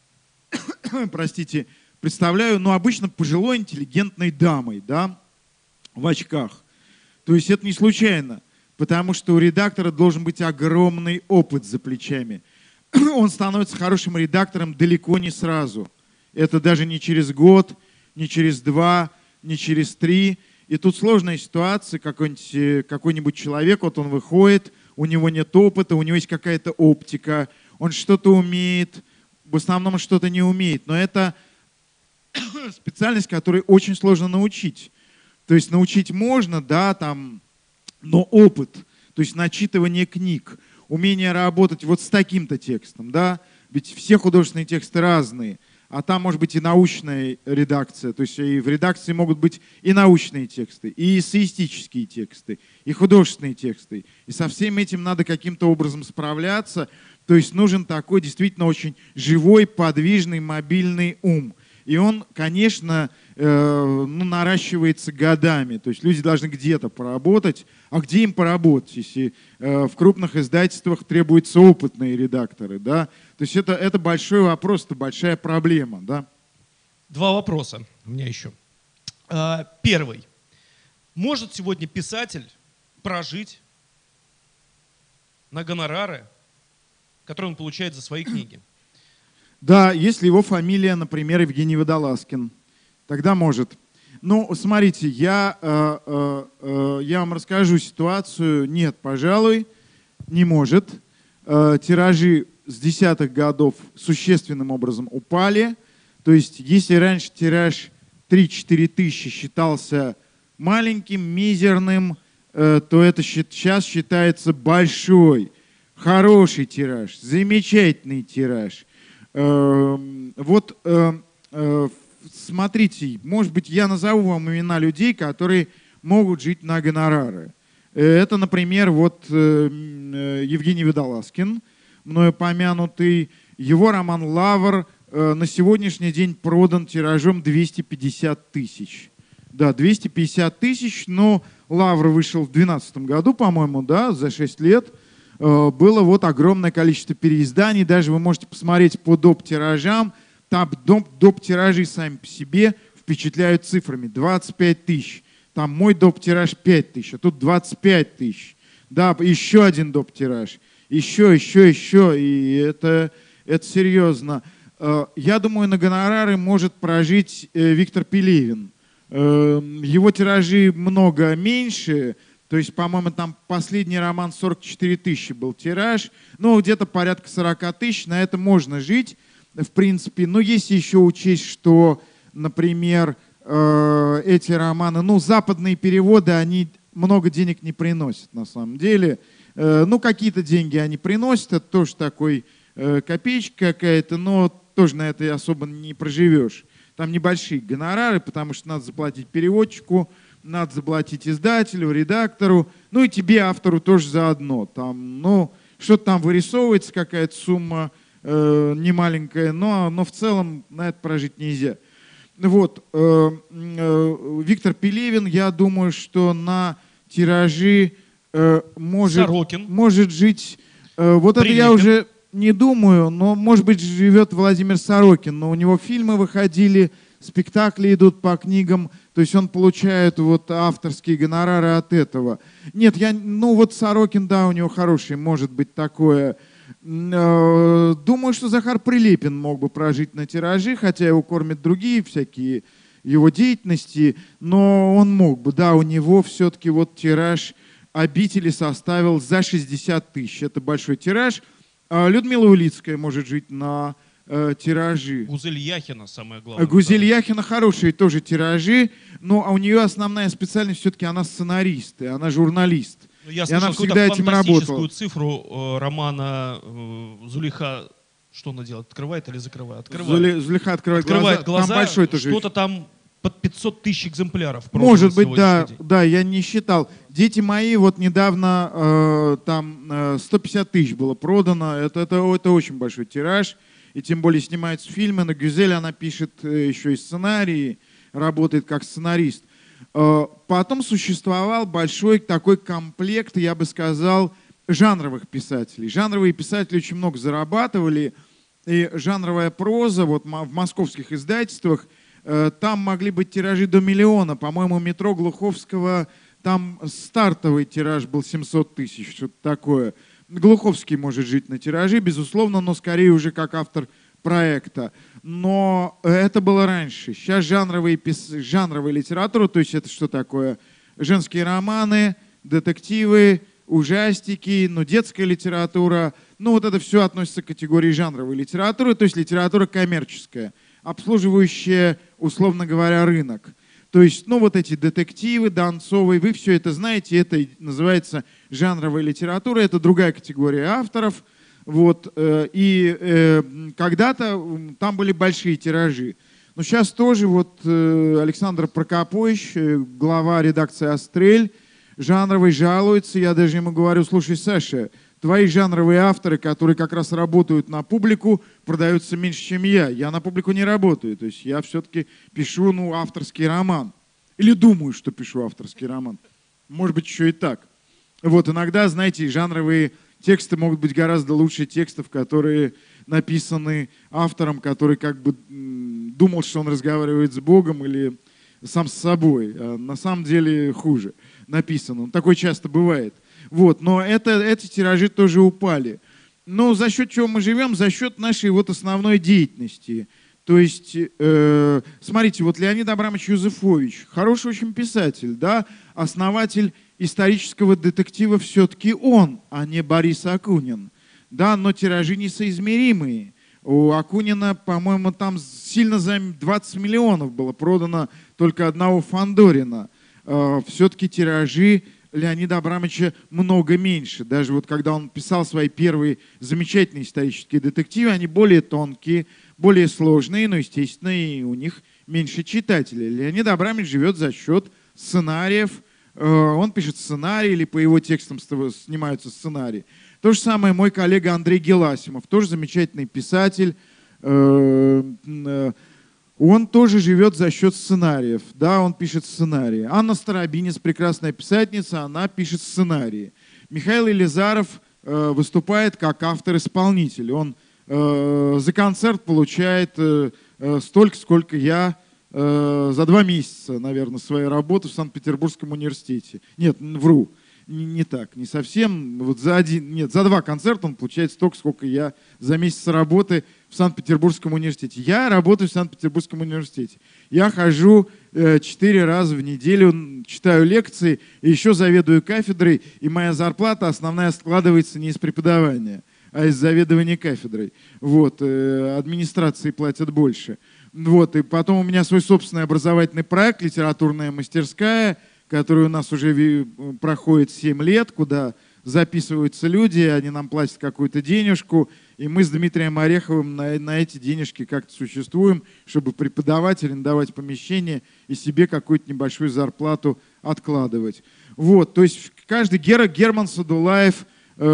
простите, представляю, обычно пожилой интеллигентной дамой, да, в очках. То есть это не случайно, потому что у редактора должен быть огромный опыт за плечами. Он становится хорошим редактором далеко не сразу. Это даже не через год, не через 2, не через 3. И тут сложная ситуация, какой-нибудь человек, вот он выходит, у него нет опыта, у него есть какая-то оптика, он что-то умеет, в основном что-то не умеет. Но это специальность, которую очень сложно научить. То есть научить можно, да, там, но опыт, то есть начитывание книг, умение работать вот с таким-то текстом, да, ведь все художественные тексты разные. а там может быть и научная редакция, то есть и в редакции могут быть и научные тексты, и эссеистические тексты, и художественные тексты. И со всем этим надо каким-то образом справляться, то есть нужен такой действительно очень живой, подвижный, мобильный ум. И он, конечно, наращивается годами. То есть люди должны где-то поработать. А где им поработать, если в крупных издательствах требуются опытные редакторы? Да? То есть это большой вопрос, это большая проблема. Да? Два вопроса у меня еще. Первый. Может сегодня писатель прожить на гонорары, которые он получает за свои книги? Да, если его фамилия, например, Евгений Водолазкин, тогда может. Ну, смотрите, я вам расскажу ситуацию. Нет, пожалуй, не может. Тиражи с десятых годов существенным образом упали. То есть, если раньше тираж 3-4 тысячи считался маленьким, мизерным, то это сейчас считается большой, хороший тираж, замечательный тираж. Вот смотрите, может быть, я назову вам имена людей, которые могут жить на гонорары. Это, например, вот Евгений Водолазкин, мною помянутый. Его роман «Лавр» на сегодняшний день продан тиражом 250 тысяч. Да, 250 тысяч, но «Лавр» вышел в 2012 году, по-моему, да, за 6 лет. Было вот огромное количество переизданий. Даже вы можете посмотреть по доп. Тиражам. Там доп. Тиражи сами по себе впечатляют цифрами. 25 тысяч. Там мой доп. Тираж 5 тысяч, а тут 25 тысяч. Да, еще один доп. Тираж. Еще. И это серьезно. Я думаю, на гонорары может прожить Виктор Пелевин. Его тиражи много меньше. То есть, по-моему, там последний роман 44 тысячи был тираж. Ну, где-то порядка 40 тысяч. На это можно жить, в принципе. Но если еще учесть, что, например, эти романы, ну, западные переводы, они много денег не приносят на самом деле. Ну, какие-то деньги они приносят. Это тоже такой копеечка какая-то, но тоже на это особо не проживешь. Там небольшие гонорары, потому что надо заплатить переводчику, надо заплатить издателю, редактору, ну и тебе, автору, тоже заодно. Там, ну, что-то там вырисовывается, какая-то сумма немаленькая, но в целом на это прожить нельзя. Вот. Виктор Пелевин, я думаю, что на тиражи может жить... Вот это я уже не думаю, но, может быть, живет Владимир Сорокин, но у него фильмы выходили, спектакли идут по книгам, то есть он получает вот авторские гонорары от этого. Нет, ну вот Сорокин, да, у него хороший, может быть, такое. Думаю, что Захар Прилепин мог бы прожить на тиражи, хотя его кормят другие всякие его деятельности, но он мог бы, да, у него все-таки вот тираж «Обители» составил за 60 тысяч, это большой тираж. Людмила Улицкая может жить на тиражи. Гузель Яхина, самое главное. Гузель Яхина хорошие тоже тиражи, но у нее основная специальность все-таки она сценарист, и она журналист. Ну, я и она слышал всегда этим работала. фантастическую цифру романа Зулейха. Что она делает? Открывает или закрывает? Открывает. Зулейха открывает глаза. Там большой тоже. Что-то там под 500 тысяч экземпляров. Может быть, да, я не считал. «Дети мои» вот недавно там 150 тысяч было продано. Это очень большой тираж. И тем более снимаются фильмы. На Гюзель она пишет еще и сценарии, работает как сценарист. Потом существовал большой такой комплект, я бы сказал, жанровых писателей. Жанровые писатели очень много зарабатывали. И жанровая проза вот в московских издательствах, там могли быть тиражи до 1 миллиона. По-моему, «Метро» Глуховского, там стартовый тираж был 700 тысяч, что-то такое. Глуховский может жить на тираже, безусловно, но скорее уже как автор проекта. Но это было раньше. Сейчас жанровая литература, то есть это что такое? Женские романы, детективы, ужастики, ну, детская литература. Ну, вот это все относится к категории жанровой литературы, то есть литература коммерческая, обслуживающая, условно говоря, рынок. То есть, ну, вот эти детективы, Донцовой, вы все это знаете, это называется жанровая литература, это другая категория авторов. Вот, когда-то там были большие тиражи. Но сейчас тоже вот Александр Прокопович, глава редакции «Астрель», жанровый, жалуется. Я даже ему говорю: слушай, Саша, твои жанровые авторы, которые как раз работают на публику, продаются меньше, чем я. Я на публику не работаю. То есть я все-таки пишу, авторский роман. Или думаю, что пишу авторский роман. Может быть, еще и так. Вот, иногда, знаете, жанровые тексты могут быть гораздо лучше текстов, которые написаны автором, который как бы думал, что он разговаривает с Богом или сам с собой. А на самом деле хуже написано. Такое часто бывает. Вот, но эти тиражи тоже упали. Но за счет чего мы живем? За счет нашей вот основной деятельности. То есть, смотрите, вот Леонид Абрамович Юзефович, хороший очень писатель, да, основатель исторического детектива все-таки он, а не Борис Акунин. Да, но тиражи несоизмеримые. У Акунина, по-моему, там сильно за 20 миллионов было продано только одного Фандорина. Все-таки тиражи Леонида Абрамовича много меньше. Даже вот когда он писал свои первые замечательные исторические детективы, они более тонкие, более сложные, но, естественно, и у них меньше читателей. Леонид Абрамович живет за счет сценариев. Он пишет сценарий, или по его текстам снимаются сценарии. То же самое мой коллега Андрей Геласимов, тоже замечательный писатель. Он тоже живет за счет сценариев. Да, он пишет сценарии. Анна Старобинец, прекрасная писательница, она пишет сценарии. Михаил Елизаров выступает как автор-исполнитель. Он за концерт получает столько, сколько я за 2 месяца, наверное, своей работы в Санкт-Петербургском университете. Нет, вру. Не так, не совсем. Вот за 2 концерта он получает столько, сколько я за месяц работы в Санкт-Петербургском университете. Я работаю в Санкт-Петербургском университете. Я хожу 4 раза в неделю, читаю лекции, и еще заведую кафедрой, и моя зарплата основная складывается не из преподавания, а из заведования кафедрой. Вот, администрации платят больше. Вот, и потом у меня свой собственный образовательный проект «Литературная мастерская», который у нас уже проходит 7 лет, куда записываются люди, они нам платят какую-то денежку, и мы с Дмитрием Ореховым на эти денежки как-то существуем, чтобы преподавать, арендовать помещение и себе какую-то небольшую зарплату откладывать. Вот, то есть каждый Герман Садулаев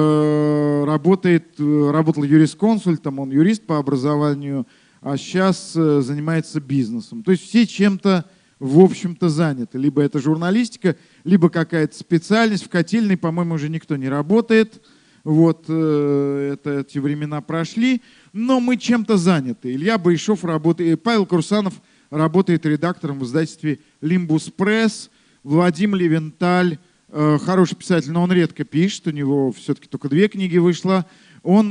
работал юрисконсультом, он юрист по образованию, а сейчас занимается бизнесом. То есть все чем-то, в общем-то, заняты. Либо это журналистика, либо какая-то специальность. В котельной, по-моему, уже никто не работает. Вот, эти времена прошли. Но мы чем-то заняты. Илья Баишов работает, Павел Курсанов работает редактором в издательстве «Лимбус Пресс». Владимир Левенталь, хороший писатель, но он редко пишет. У него все-таки только 2 книги вышло. Он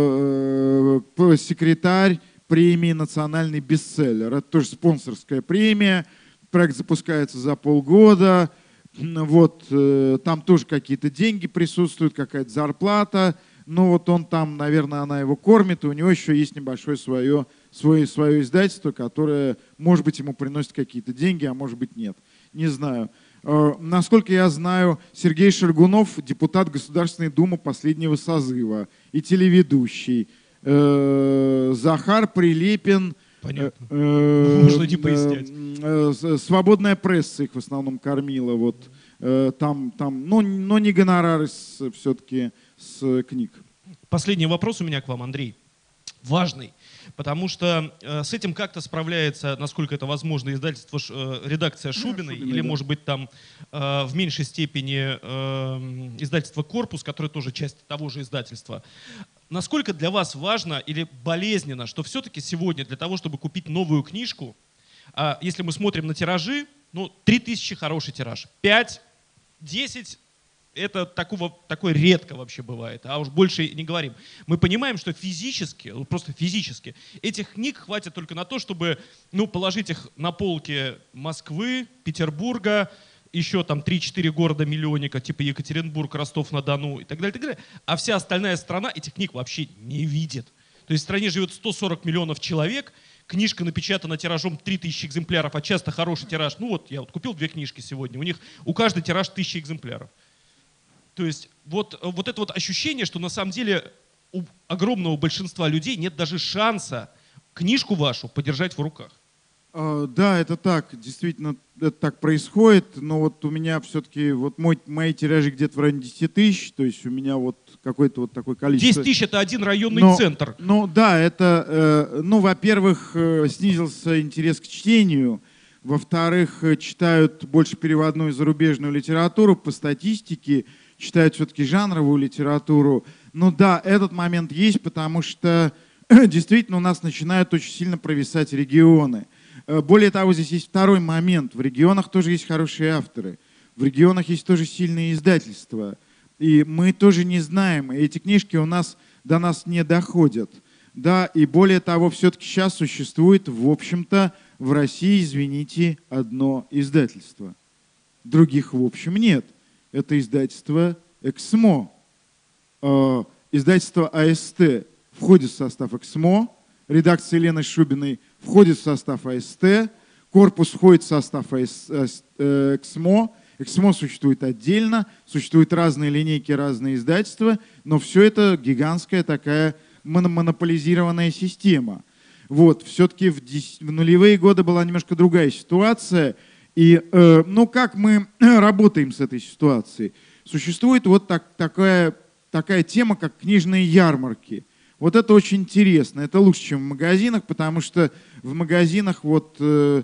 секретарь премии «Национальный бестселлер». Это тоже спонсорская премия. Проект запускается за полгода. Вот, там тоже какие-то деньги присутствуют, какая-то зарплата. Но вот он там, наверное, она его кормит. И у него еще есть небольшое свое издательство, которое, может быть, ему приносит какие-то деньги, а может быть, нет. Не знаю. Насколько я знаю, Сергей Шаргунов, депутат Государственной Думы последнего созыва и телеведущий. Захар Прилепин. Понятно. Можно не пояснять. Свободная пресса их в основном кормила. Вот, но не гонорары все-таки с книг. Последний вопрос у меня к вам, Андрей. Важный. Потому что с этим как-то справляется, насколько это возможно, издательство, редакция Шубиной, или, да, может быть, там в меньшей степени издательство «Корпус», которое тоже часть того же издательства. Насколько для вас важно или болезненно, что все-таки сегодня для того, чтобы купить новую книжку, если мы смотрим на тиражи, 3000 хороший тираж, 5, 10 это такое редко вообще бывает, а уж больше не говорим. Мы понимаем, что физически, просто физически, этих книг хватит только на то, чтобы положить их на полки Москвы, Петербурга, еще там 3-4 города-миллионника, типа Екатеринбург, Ростов-на-Дону и так далее, и так далее. А вся остальная страна этих книг вообще не видит. То есть в стране живет 140 миллионов человек, книжка напечатана тиражом 3000 экземпляров, а часто хороший тираж. Я купил 2 книжки сегодня, у каждой тираж 1000 экземпляров. То есть вот это вот ощущение, что на самом деле у огромного большинства людей нет даже шанса книжку вашу подержать в руках. Да, это так, действительно, это так происходит, но вот у меня все-таки, вот мои тиражи где-то в районе 10 тысяч, то есть у меня вот какое-то вот такое количество. 10 тысяч — это один районный центр. Ну да, это, ну, во-первых, снизился интерес к чтению, во-вторых, читают больше переводную и зарубежную литературу, по статистике читают все-таки жанровую литературу. Ну да, этот момент есть, потому что действительно у нас начинают очень сильно провисать регионы. Более того, здесь есть второй момент. В регионах тоже есть хорошие авторы. В регионах есть тоже сильные издательства. И мы тоже не знаем. И эти книжки до нас не доходят. Да, и более того, все-таки сейчас существует, в общем-то, в России, извините, одно издательство. Других, в общем, нет. Это издательство «Эксмо». Издательство АСТ входит в состав «Эксмо». Редакция Елены Шубиной входит в состав АСТ, корпус входит в состав Эксмо. Эксмо существует отдельно, существуют разные линейки, разные издательства, но все это гигантская такая монополизированная система. Вот, все-таки в нулевые годы была немножко другая ситуация. И, ну, как мы работаем с этой ситуацией? Существует вот такая тема, как книжные ярмарки. Вот это очень интересно, это лучше, чем в магазинах, потому что в магазинах вот,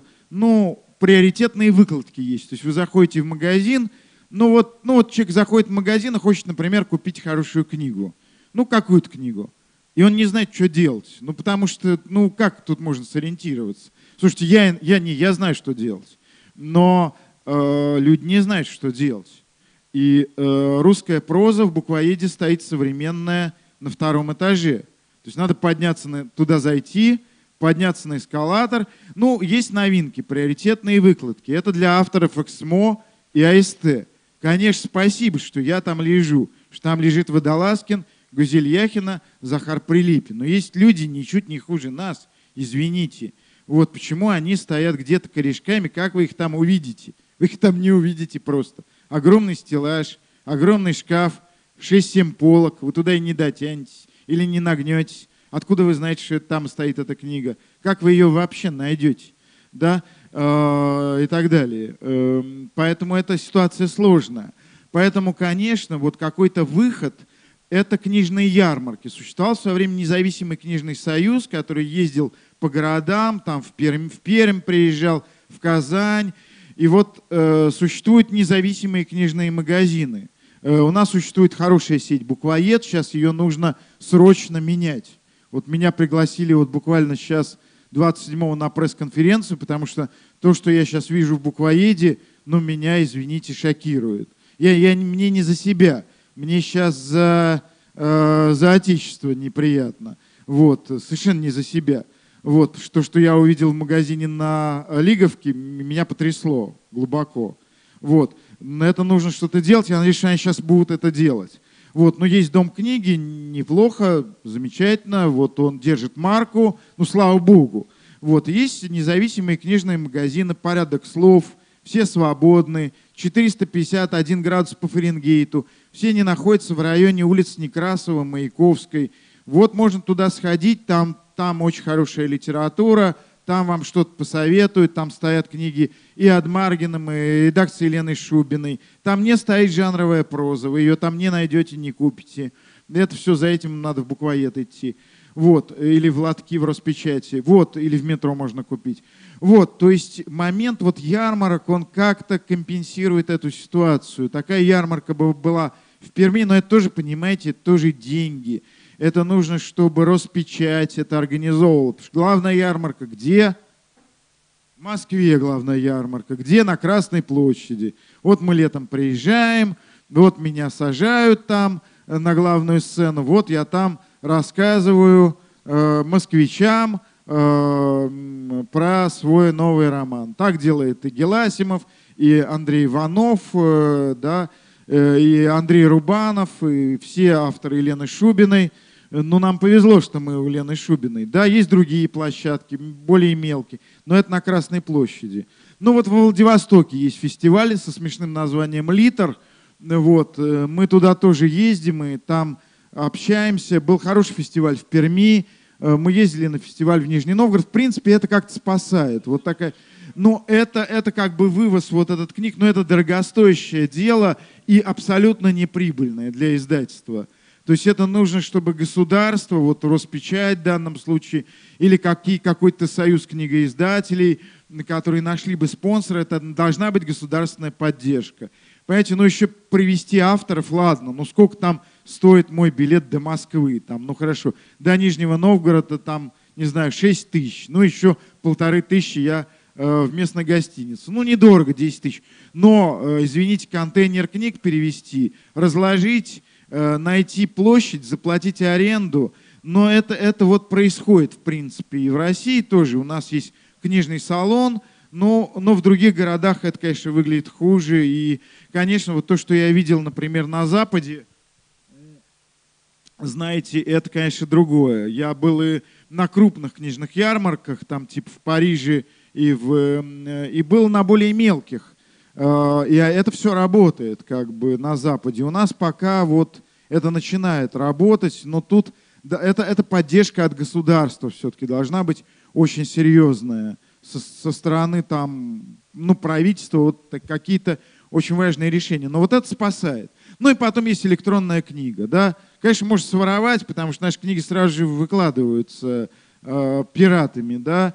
ну, приоритетные выкладки есть. То есть вы заходите в магазин, ну вот человек заходит в магазин и хочет, например, купить хорошую книгу. Ну, какую-то книгу. И он не знает, что делать. Ну, потому что, ну, как тут можно сориентироваться? Слушайте, я знаю, что делать. Но люди не знают, что делать. И русская проза в буквоеде стоит современная на втором этаже. То есть надо подняться туда зайти, подняться на эскалатор. Ну, есть новинки, приоритетные выкладки. Это для авторов Эксмо и АСТ. Конечно, спасибо, что я там лежу, что там лежит Водолазкин, Гузель Яхина, Захар Прилипин. Но есть люди ничуть не хуже нас, извините. Вот почему они стоят где-то корешками, как вы их там увидите? Вы их там не увидите просто. Огромный стеллаж, огромный шкаф, 6-7 полок, вы туда и не дотянетесь или не нагнетесь. Откуда вы знаете, что там стоит эта книга? Как вы ее вообще найдете? Да? И так далее. Поэтому эта ситуация сложная. Поэтому, конечно, вот какой-то выход – это книжные ярмарки. Существовал в свое время независимый книжный союз, который ездил по городам, там в Пермь приезжал, в Казань. И вот существуют независимые книжные магазины. У нас существует хорошая сеть «Буквоед», сейчас ее нужно срочно менять. Вот меня пригласили вот буквально сейчас 27-го на пресс-конференцию, потому что то, что я сейчас вижу в «Буквоеде», ну, меня, извините, шокирует. Мне не за себя, мне сейчас за отечество неприятно. Вот, совершенно не за себя. Вот, что я увидел в магазине на Лиговке, меня потрясло глубоко. Вот. На это нужно что-то делать. Я надеюсь, что они сейчас будут это делать. Вот. Но есть Дом книги, неплохо, замечательно. Вот он держит марку, ну, слава богу. Вот. Есть независимые книжные магазины, «Порядок слов», все свободны, 451 градус по Фаренгейту. Все они находятся в районе улиц Некрасова, Маяковской. Вот можно туда сходить, там очень хорошая литература, там вам что-то посоветуют, там стоят книги и от Маргином, и редакции Елены Шубиной. Там не стоит жанровая проза, вы ее там не найдете, не купите. Это все, за этим надо в «Буквоед» идти. Вот, или в лотки в Роспечати, вот, или в метро можно купить. Вот, то есть момент вот ярмарок, он как-то компенсирует эту ситуацию. Такая ярмарка была в Перми, но это тоже, понимаете, это тоже деньги. Это нужно, чтобы Роспечать это организовывала. Главная ярмарка где? В Москве главная ярмарка. Где? На Красной площади. Вот мы летом приезжаем, вот меня сажают там на главную сцену, вот я там рассказываю москвичам про свой новый роман. Так делает и Геласимов, и Андрей Иванов, да, и Андрей Рубанов, и все авторы Елены Шубиной. Ну, нам повезло, что мы у Лены Шубиной. Да, есть другие площадки, более мелкие, но это на Красной площади. Ну, вот в Владивостоке есть фестиваль со смешным названием «Литр». Вот, мы туда тоже ездим, и там общаемся. Был хороший фестиваль в Перми, мы ездили на фестиваль в Нижний Новгород. В принципе, это как-то спасает. Вот такая... Но это как бы вывоз вот этот книг, но это дорогостоящее дело и абсолютно неприбыльное для издательства. То есть это нужно, чтобы государство, вот Роспечать в данном случае, или какой-то союз книгоиздателей, которые нашли бы спонсора, это должна быть государственная поддержка. Понимаете, ну еще привести авторов, ладно, ну сколько там стоит мой билет до Москвы, там, ну хорошо, до Нижнего Новгорода, там, не знаю, 6 тысяч, ну еще 1500 я в местной гостинице. Ну недорого, 10 тысяч, но, извините, контейнер книг перевести, разложить, найти площадь, заплатить аренду, но это вот происходит в принципе и в России тоже. У нас есть книжный салон, но в других городах это, конечно, выглядит хуже. И, конечно, вот то, что я видел, например, на Западе, знаете, это, конечно, другое. Я был и на крупных книжных ярмарках, там типа в Париже, и был на более мелких. И это все работает как бы на Западе. У нас пока вот это начинает работать, но тут это поддержка от государства все-таки должна быть очень серьезная. Со стороны там, ну, правительства вот какие-то очень важные решения. Но вот это спасает. Ну и потом есть электронная книга. Да? Конечно, можно своровать, потому что наши книги сразу же выкладываются пиратами. Да?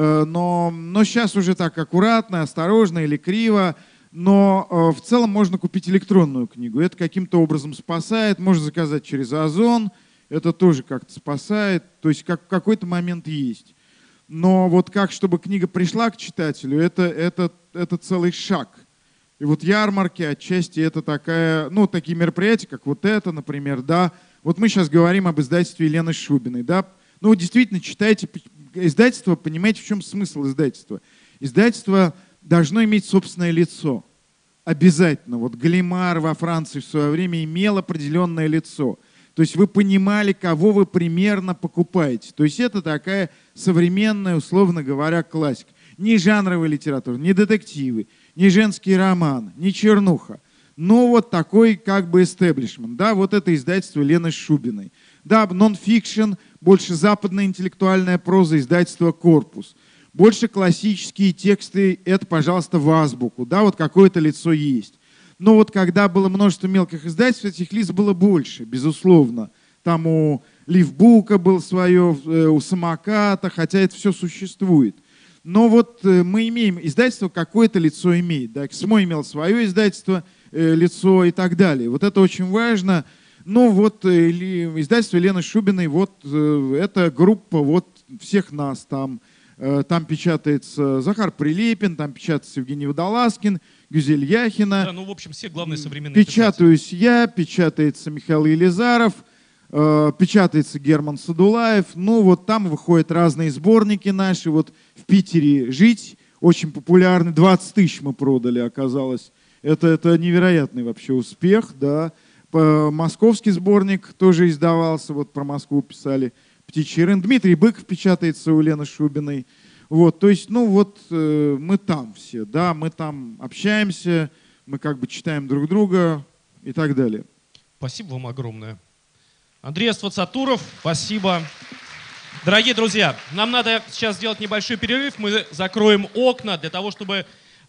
Но сейчас уже так аккуратно, осторожно или криво. Но в целом можно купить электронную книгу. Это каким-то образом спасает. Можно заказать через Озон. Это тоже как-то спасает. То есть какой-то момент есть. Но вот как, чтобы книга пришла к читателю, это целый шаг. И вот ярмарки отчасти это такая, ну, такие мероприятия, как вот это, например, да. Вот мы сейчас говорим об издательстве Елены Шубиной, да. Ну, вы действительно читаете издательство, понимаете, в чем смысл издательства. Издательство должно иметь собственное лицо. Обязательно. Вот Галимар во Франции в свое время имел определенное лицо. То есть вы понимали, кого вы примерно покупаете. То есть это такая современная, условно говоря, классика. Не жанровая литература, не детективы, не женский роман, не чернуха. Но вот такой как бы эстеблишмент. Да, вот это издательство Лены Шубиной. Да, нон-фикшн, больше западная интеллектуальная проза, издательство «Корпус». Больше классические тексты, это, пожалуйста, в азбуку. Да, вот какое-то лицо есть. Но вот когда было множество мелких издательств, этих лиц было больше, безусловно. Там у Ливбука было свое, у Самоката, хотя это все существует. Но вот мы имеем, издательство какое-то лицо имеет. Да? КСМО имел свое издательство, лицо и так далее. Вот это очень важно. Ну вот издательство Елены Шубиной, вот это группа вот всех нас там. Там печатается Захар Прилепин, там печатается Евгений Водолазкин, Гюзель Яхина. Да, ну, в общем, все главные современные печатаюсь писатели. Я, печатается Михаил Елизаров, печатается Герман Садулаев. Ну, вот там выходят разные сборники наши. Вот в Питере «Жить» очень популярный. 20 тысяч мы продали, оказалось. Это невероятный вообще успех. Да. Московский сборник тоже издавался. Вот про Москву писали. «Птичий рынок». Дмитрий Быков печатается у Лены Шубиной. Вот, то есть, ну вот мы там все, да, мы там общаемся, мы как бы читаем друг друга и так далее. Спасибо вам огромное. Андрей Аствацатуров, спасибо. Дорогие друзья, нам надо сейчас сделать небольшой перерыв, мы закроем окна для того, чтобы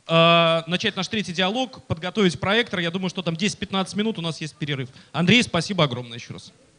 начать наш третий диалог, подготовить проектор. Я думаю, что там 10-15 минут у нас есть перерыв. Андрей, спасибо огромное еще раз.